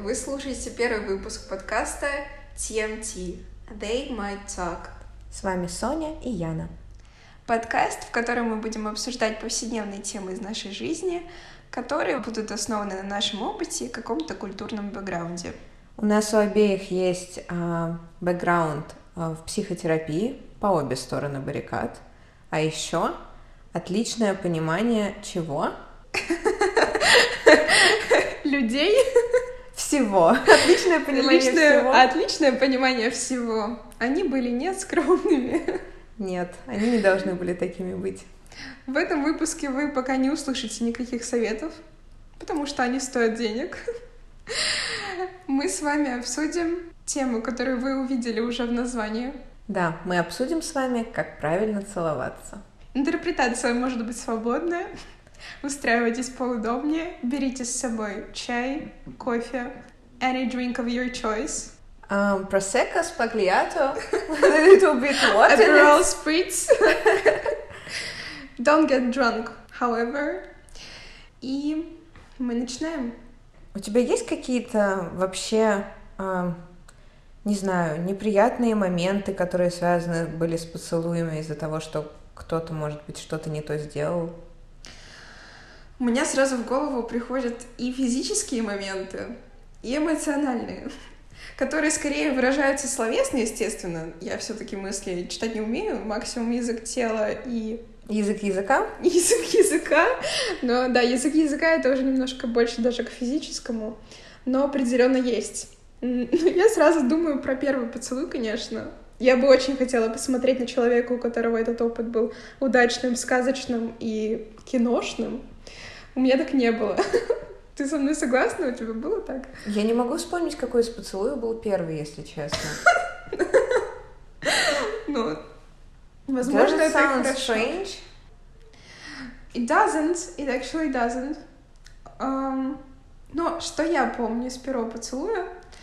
Вы слушаете первый выпуск подкаста TMT They Might Talk. С вами Соня и Яна. Подкаст, в котором мы будем обсуждать повседневные темы из нашей жизни, которые будут основаны на нашем опыте и каком-то культурном бэкграунде. У нас у обеих есть бэкграунд в психотерапии по обе стороны баррикад, а еще отличное понимание чего? Людей? Всего. Отличное понимание всего. Отличное понимание всего. Они были не скромными. Нет, они не должны были такими быть. В этом выпуске вы пока не услышите никаких советов, потому что они стоят денег. Мы с вами обсудим тему, которую вы увидели уже в названии. Да, мы обсудим с вами, как правильно целоваться. Интерпретация может быть свободная. Устраивайтесь поудобнее, берите с собой чай, кофе, any drink of your choice. Prosecco, Spagliato, a little bit water. Aperol Spritz. Don't get drunk, however. И мы начинаем. У тебя есть какие-то вообще, не знаю, неприятные моменты, которые связаны были с поцелуями из-за того, что кто-то, может быть, что-то не то сделал? У меня сразу в голову приходят и физические моменты, и эмоциональные, которые скорее выражаются словесно, естественно. Я все-таки мысли читать не умею, максимум язык тела и... Язык языка? Язык языка. Но да, язык языка — это уже немножко больше даже к физическому, но определенно есть. Я сразу думаю про первый поцелуй, конечно. Я бы очень хотела посмотреть на человека, у которого этот опыт был удачным, сказочным и киношным. У меня так не было. Ты со мной согласна? У тебя было так? Я не могу вспомнить, какой из поцелуев был первый, если честно. Ну, возможно, это хорошо. Strange? It actually doesn't. Но что я помню с первого поцелуя?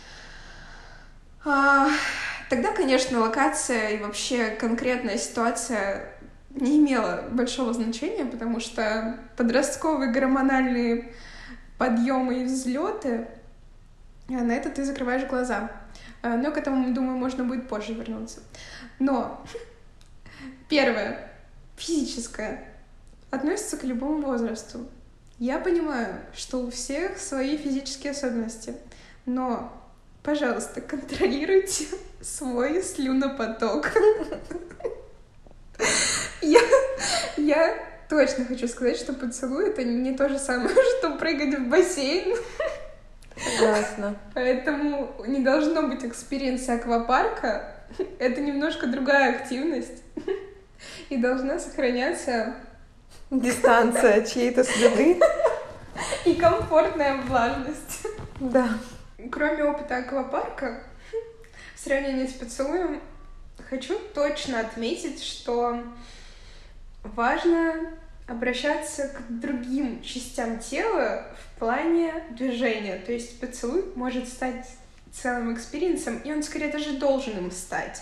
Тогда, конечно, локация и вообще конкретная ситуация не имела большого значения, потому что подростковые гормональные подъемы и взлеты, на это ты закрываешь глаза. Но к этому, думаю, можно будет позже вернуться. Но первое, физическое, относится к любому возрасту. Я понимаю, что у всех свои физические особенности, но, пожалуйста, контролируйте свой слюнопоток. Я точно хочу сказать, что поцелуй — это не то же самое, что прыгать в бассейн. Согласна. Поэтому не должно быть экспириенса аквапарка. Это немножко другая активность. И должна сохраняться дистанция чьей-то слюны. И комфортная влажность. Да. Кроме опыта аквапарка, в сравнении с поцелуем, хочу точно отметить, что важно обращаться к другим частям тела в плане движения. То есть поцелуй может стать целым экспириенсом, и он скорее даже должен им стать.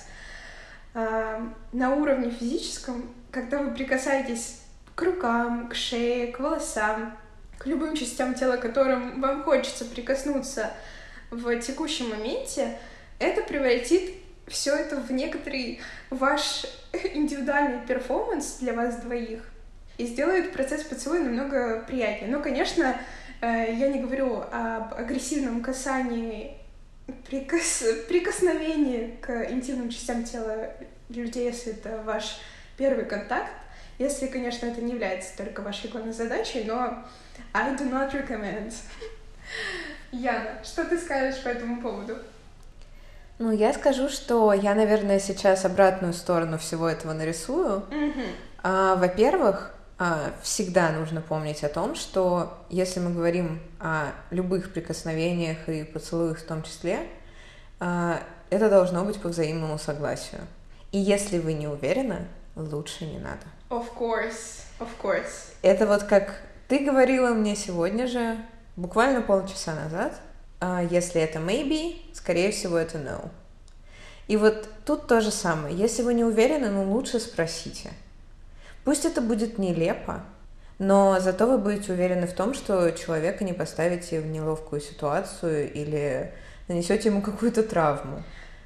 На уровне физическом, когда вы прикасаетесь к рукам, к шее, к волосам, к любым частям тела, которым вам хочется прикоснуться в текущем моменте, это превратит все это в некоторый ваш индивидуальный перформанс для вас двоих и сделает процесс поцелуя намного приятнее. Но, конечно, я не говорю об агрессивном касании, прикосновении к интимным частям тела людей, если это ваш первый контакт, если, конечно, это не является только вашей главной задачей, но I do not recommend. Яна, что ты скажешь по этому поводу? Ну, я скажу, что я, наверное, сейчас обратную сторону всего этого нарисую. Во-первых, всегда нужно помнить о том, что если мы говорим о любых прикосновениях и поцелуях в том числе, это должно быть по взаимному согласию. И если вы не уверены, лучше не надо. Of course. Это вот как ты говорила мне сегодня же, буквально полчаса назад, если это maybe, скорее всего, это no. И вот тут то же самое. Если вы не уверены, лучше спросите. Пусть это будет нелепо, но зато вы будете уверены в том, что человека не поставите в неловкую ситуацию или нанесете ему какую-то травму.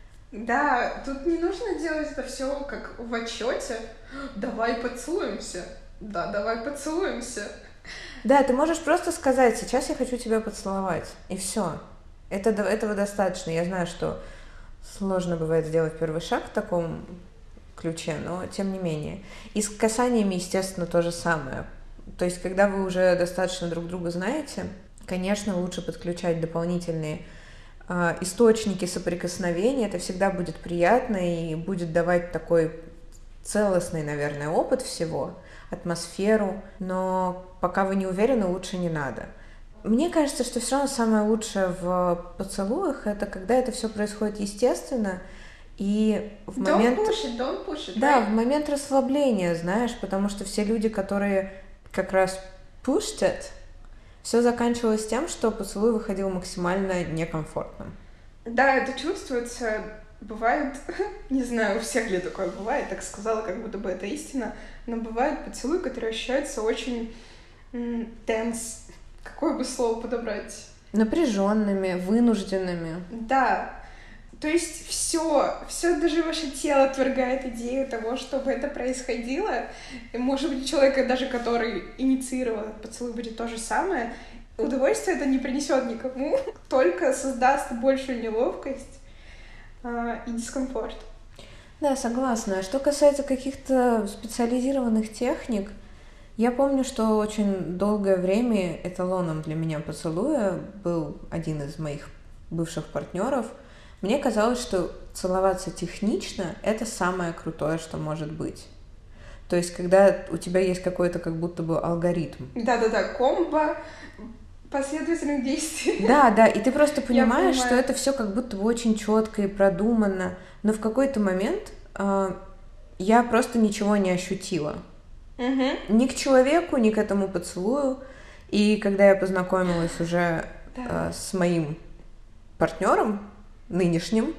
Да, тут не нужно делать это все как в отчете. Давай поцелуемся. Да, давай поцелуемся. Да, ты можешь просто сказать: сейчас я хочу тебя поцеловать, и все. Этого достаточно. Я знаю, что сложно бывает сделать первый шаг в таком ключе, но тем не менее. И с касаниями, естественно, то же самое. То есть, когда вы уже достаточно друг друга знаете, конечно, лучше подключать дополнительные источники соприкосновения. Это всегда будет приятно и будет давать такой целостный, наверное, опыт всего, атмосферу, но пока вы не уверены, лучше не надо. Мне кажется, что все равно самое лучшее в поцелуях — это когда это все происходит естественно и в момент... Don't push it, Да, right? в момент расслабления, знаешь, потому что все люди, которые как раз pushed it, все заканчивалось тем, что поцелуй выходил максимально некомфортным. Да, это чувствуется. Бывает, не знаю, у всех ли такое бывает, так сказала, как будто бы это истина, но бывают поцелуи, которые ощущаются очень tense. Какое бы слово подобрать? Напряженными, вынужденными. Да. То есть все даже ваше тело отвергает идею того, чтобы это происходило. И, может быть, у человека, даже который инициировал этот поцелуй, будет то же самое. Удовольствие это не принесет никому, только создаст большую неловкость и дискомфорт. Да, согласна. Что касается каких-то специализированных техник, я помню, что очень долгое время эталоном для меня поцелуя был один из моих бывших партнеров. Мне казалось, что целоваться технично — это самое крутое, что может быть. То есть, когда у тебя есть какой-то как будто бы алгоритм. Да-да-да, комбо последовательных действий. Да, и ты просто понимаешь, что это все как будто бы очень четко и продуманно, но в какой-то момент я просто ничего не ощутила. Ни к человеку, ни к этому поцелую. И когда я познакомилась уже с моим партнером нынешним,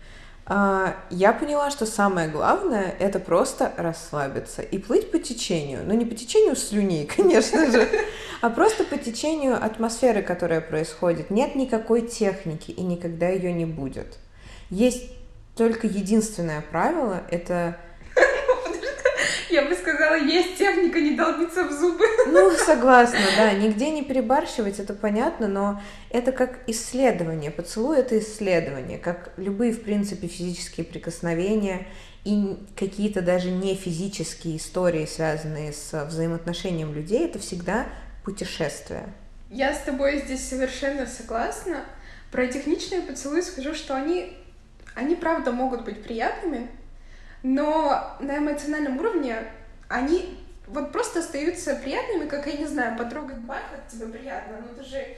я поняла, что самое главное — это просто расслабиться и плыть по течению. Ну, не по течению слюней, конечно же, а просто по течению атмосферы, которая происходит. Нет никакой техники, и никогда ее не будет. Есть только единственное правило — это... Я бы сказала, есть техника не долбиться в зубы. Ну, согласна, да, нигде не перебарщивать, это понятно, но это как исследование. Поцелуй — это исследование, как любые, в принципе, физические прикосновения и какие-то даже не физические истории, связанные с взаимоотношением людей, это всегда путешествие. Я с тобой здесь совершенно согласна. Про техничные поцелуи скажу, что они правда могут быть приятными, но на эмоциональном уровне они вот просто остаются приятными, как, я не знаю, потрогать бархат тебе приятно, но ты же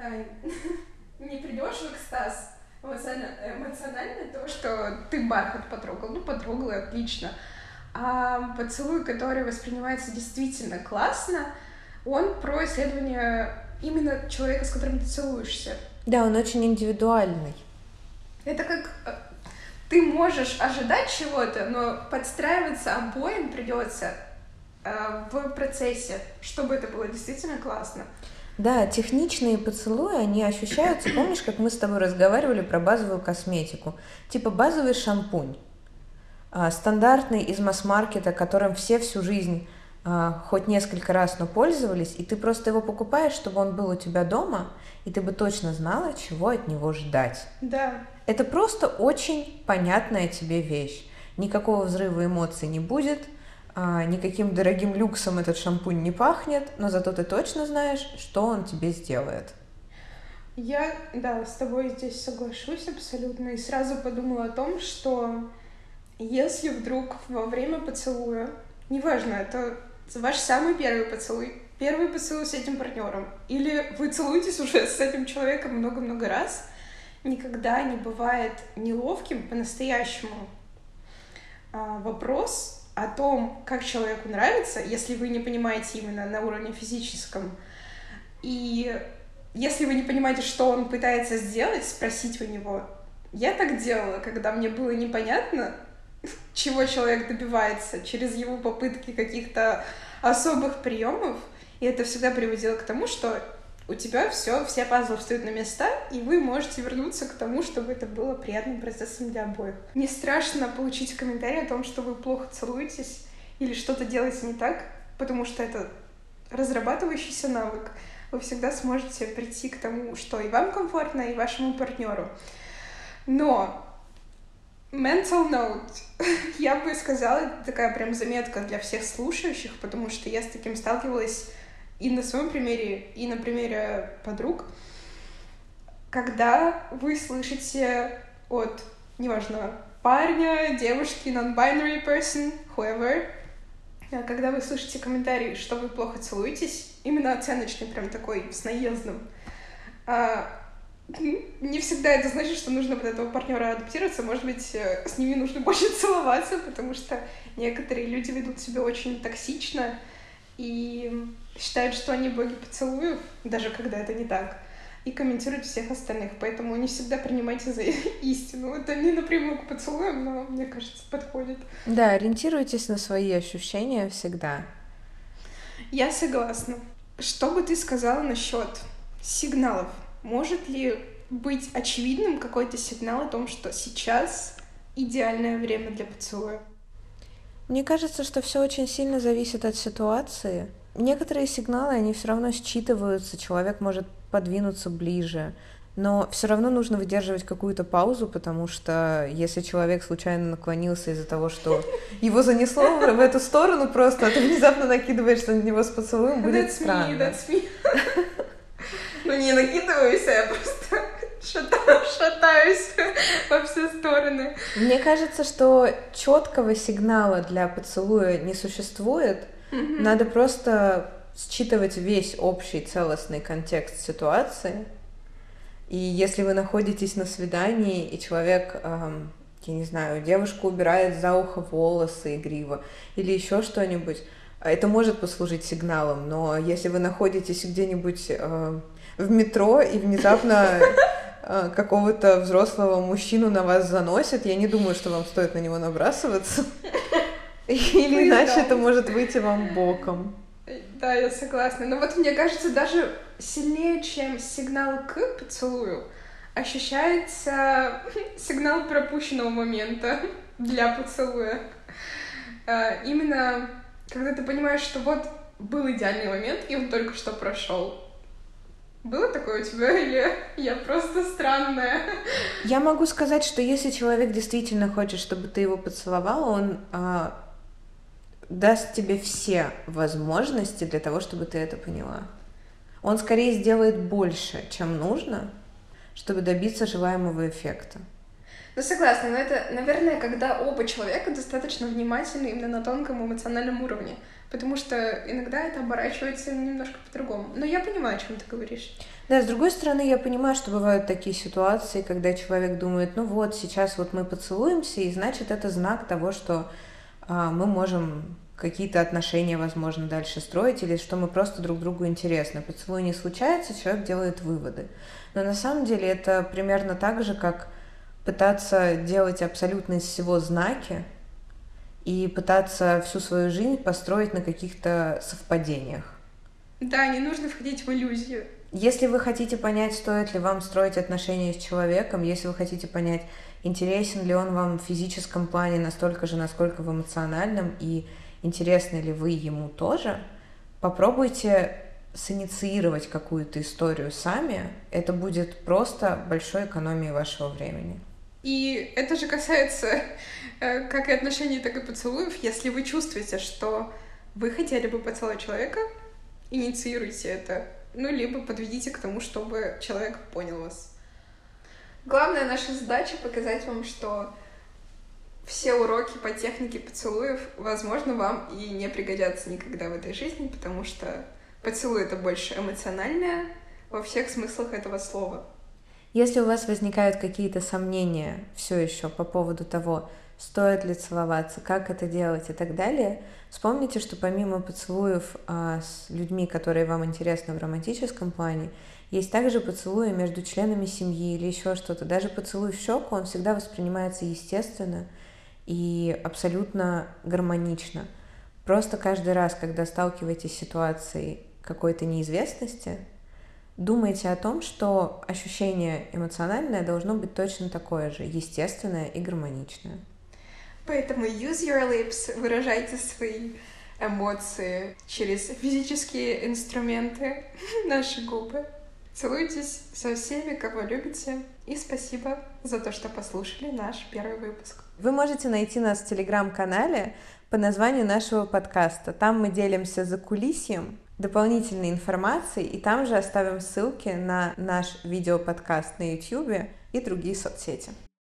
не придешь в экстаз эмоциональный того, что ты бархат потрогал. Ну, потрогал, и отлично. А поцелуй, который воспринимается действительно классно, он про исследование именно человека, с которым ты целуешься. Да, он очень индивидуальный. Это как... Ты можешь ожидать чего-то, но подстраиваться обоим придется в процессе, чтобы это было действительно классно. Да, техничные поцелуи, они ощущаются, помнишь, как мы с тобой разговаривали про базовую косметику? Типа базовый шампунь, стандартный из масс-маркета, которым все всю жизнь хоть несколько раз, но пользовались, и ты просто его покупаешь, чтобы он был у тебя дома, и ты бы точно знала, чего от него ждать. Да. Это просто очень понятная тебе вещь. Никакого взрыва эмоций не будет, никаким дорогим люксом этот шампунь не пахнет, но зато ты точно знаешь, что он тебе сделает. Я, да, с тобой здесь соглашусь абсолютно, и сразу подумала о том, что если вдруг во время поцелуя, неважно, это ваш самый первый поцелуй с этим партнером, или вы целуетесь уже с этим человеком много-много раз, никогда не бывает неловким по-настоящему вопрос о том, как человеку нравится, если вы не понимаете именно на уровне физическом, и если вы не понимаете, что он пытается сделать, спросить у него. Я так делала, когда мне было непонятно, чего человек добивается через его попытки каких-то особых приемов, И это всегда приводило к тому, что у тебя все пазлы встают на места, и вы можете вернуться к тому, чтобы это было приятным процессом для обоих. Не страшно получить комментарий о том, что вы плохо целуетесь или что-то делаете не так, потому что это разрабатывающийся навык. Вы всегда сможете прийти к тому, что и вам комфортно, и вашему партнеру. Но mental note, я бы сказала, это такая прям заметка для всех слушающих, потому что я с таким сталкивалась и на своем примере, и на примере подруг. Когда вы слышите от, неважно, парня, девушки, non-binary person, whoever, когда вы слышите комментарий, что вы плохо целуетесь, именно оценочный, прям такой, с наездом, не всегда это значит, что нужно под этого партнера адаптироваться. Может быть, с ними нужно больше целоваться, потому что некоторые люди ведут себя очень токсично и считают, что они боги поцелуев, даже когда это не так, и комментируют всех остальных. Поэтому не всегда принимайте за истину. Это не напрямую к поцелуям, но, мне кажется, подходит. Да, ориентируйтесь на свои ощущения всегда. Я согласна. Что бы ты сказала насчет сигналов? Может ли быть очевидным какой-то сигнал о том, что сейчас идеальное время для поцелуя? Мне кажется, что все очень сильно зависит от ситуации. Некоторые сигналы, они все равно считываются, человек может подвинуться ближе, но все равно нужно выдерживать какую-то паузу, потому что если человек случайно наклонился из-за того, что его занесло в эту сторону просто, а ты внезапно накидываешься на него с поцелуем, будет странно. That's me. Ну, не накидываюсь, а я просто шатаюсь во все стороны. Мне кажется, что четкого сигнала для поцелуя не существует. Надо просто считывать весь общий целостный контекст ситуации. И если вы находитесь на свидании, и человек, я не знаю, девушка убирает за ухо волосы игриво или еще что-нибудь, это может послужить сигналом. Но если вы находитесь где-нибудь в метро и внезапно какого-то взрослого мужчину на вас заносит, я не думаю, что вам стоит на него набрасываться. Или иначе это может выйти вам боком. Да, я согласна. Но вот мне кажется, даже сильнее, чем сигнал к поцелую, ощущается сигнал пропущенного момента для поцелуя. Именно когда ты понимаешь, что вот был идеальный момент, и он только что прошел. Было такое у тебя, или я просто странная? Я могу сказать, что если человек действительно хочет, чтобы ты его поцеловала, он даст тебе все возможности для того, чтобы ты это поняла. Он скорее сделает больше, чем нужно, чтобы добиться желаемого эффекта. Ну, согласна, но это, наверное, когда оба человека достаточно внимательны именно на тонком эмоциональном уровне, потому что иногда это оборачивается немножко по-другому. Но я понимаю, о чем ты говоришь. Да, с другой стороны, я понимаю, что бывают такие ситуации, когда человек думает, ну вот, сейчас вот мы поцелуемся, и значит, это знак того, что мы можем какие-то отношения, возможно, дальше строить, или что мы просто друг другу интересны. Поцелуй не случается, человек делает выводы. Но на самом деле это примерно так же, как пытаться делать абсолютно из всего знаки и пытаться всю свою жизнь построить на каких-то совпадениях. Да, не нужно входить в иллюзию. Если вы хотите понять, стоит ли вам строить отношения с человеком, если вы хотите понять, интересен ли он вам в физическом плане настолько же, насколько в эмоциональном, и интересны ли вы ему тоже, попробуйте синициировать какую-то историю сами. Это будет просто большой экономией вашего времени. И это же касается как и отношений, так и поцелуев. Если вы чувствуете, что вы хотели бы поцеловать человека, инициируйте это. Ну, либо подведите к тому, чтобы человек понял вас. Главная наша задача — показать вам, что все уроки по технике поцелуев, возможно, вам и не пригодятся никогда в этой жизни, потому что поцелуй — это больше эмоциональное во всех смыслах этого слова. Если у вас возникают какие-то сомнения все еще по поводу того, стоит ли целоваться, как это делать и так далее, вспомните, что помимо поцелуев с людьми, которые вам интересны в романтическом плане, есть также поцелуи между членами семьи или еще что-то. Даже поцелуй в щеку, он всегда воспринимается естественно и абсолютно гармонично. Просто каждый раз, когда сталкиваетесь с ситуацией, какой-то неизвестности, думайте о том, что ощущение эмоциональное должно быть точно такое же, естественное и гармоничное. Поэтому use your lips, выражайте свои эмоции через физические инструменты, наши губы. Целуйтесь со всеми, кого любите. И спасибо за то, что послушали наш первый выпуск. Вы можете найти нас в телеграм-канале по названию нашего подкаста. Там мы делимся закулисьем, дополнительной информацией, и там же оставим ссылки на наш видеоподкаст на YouTube и другие соцсети.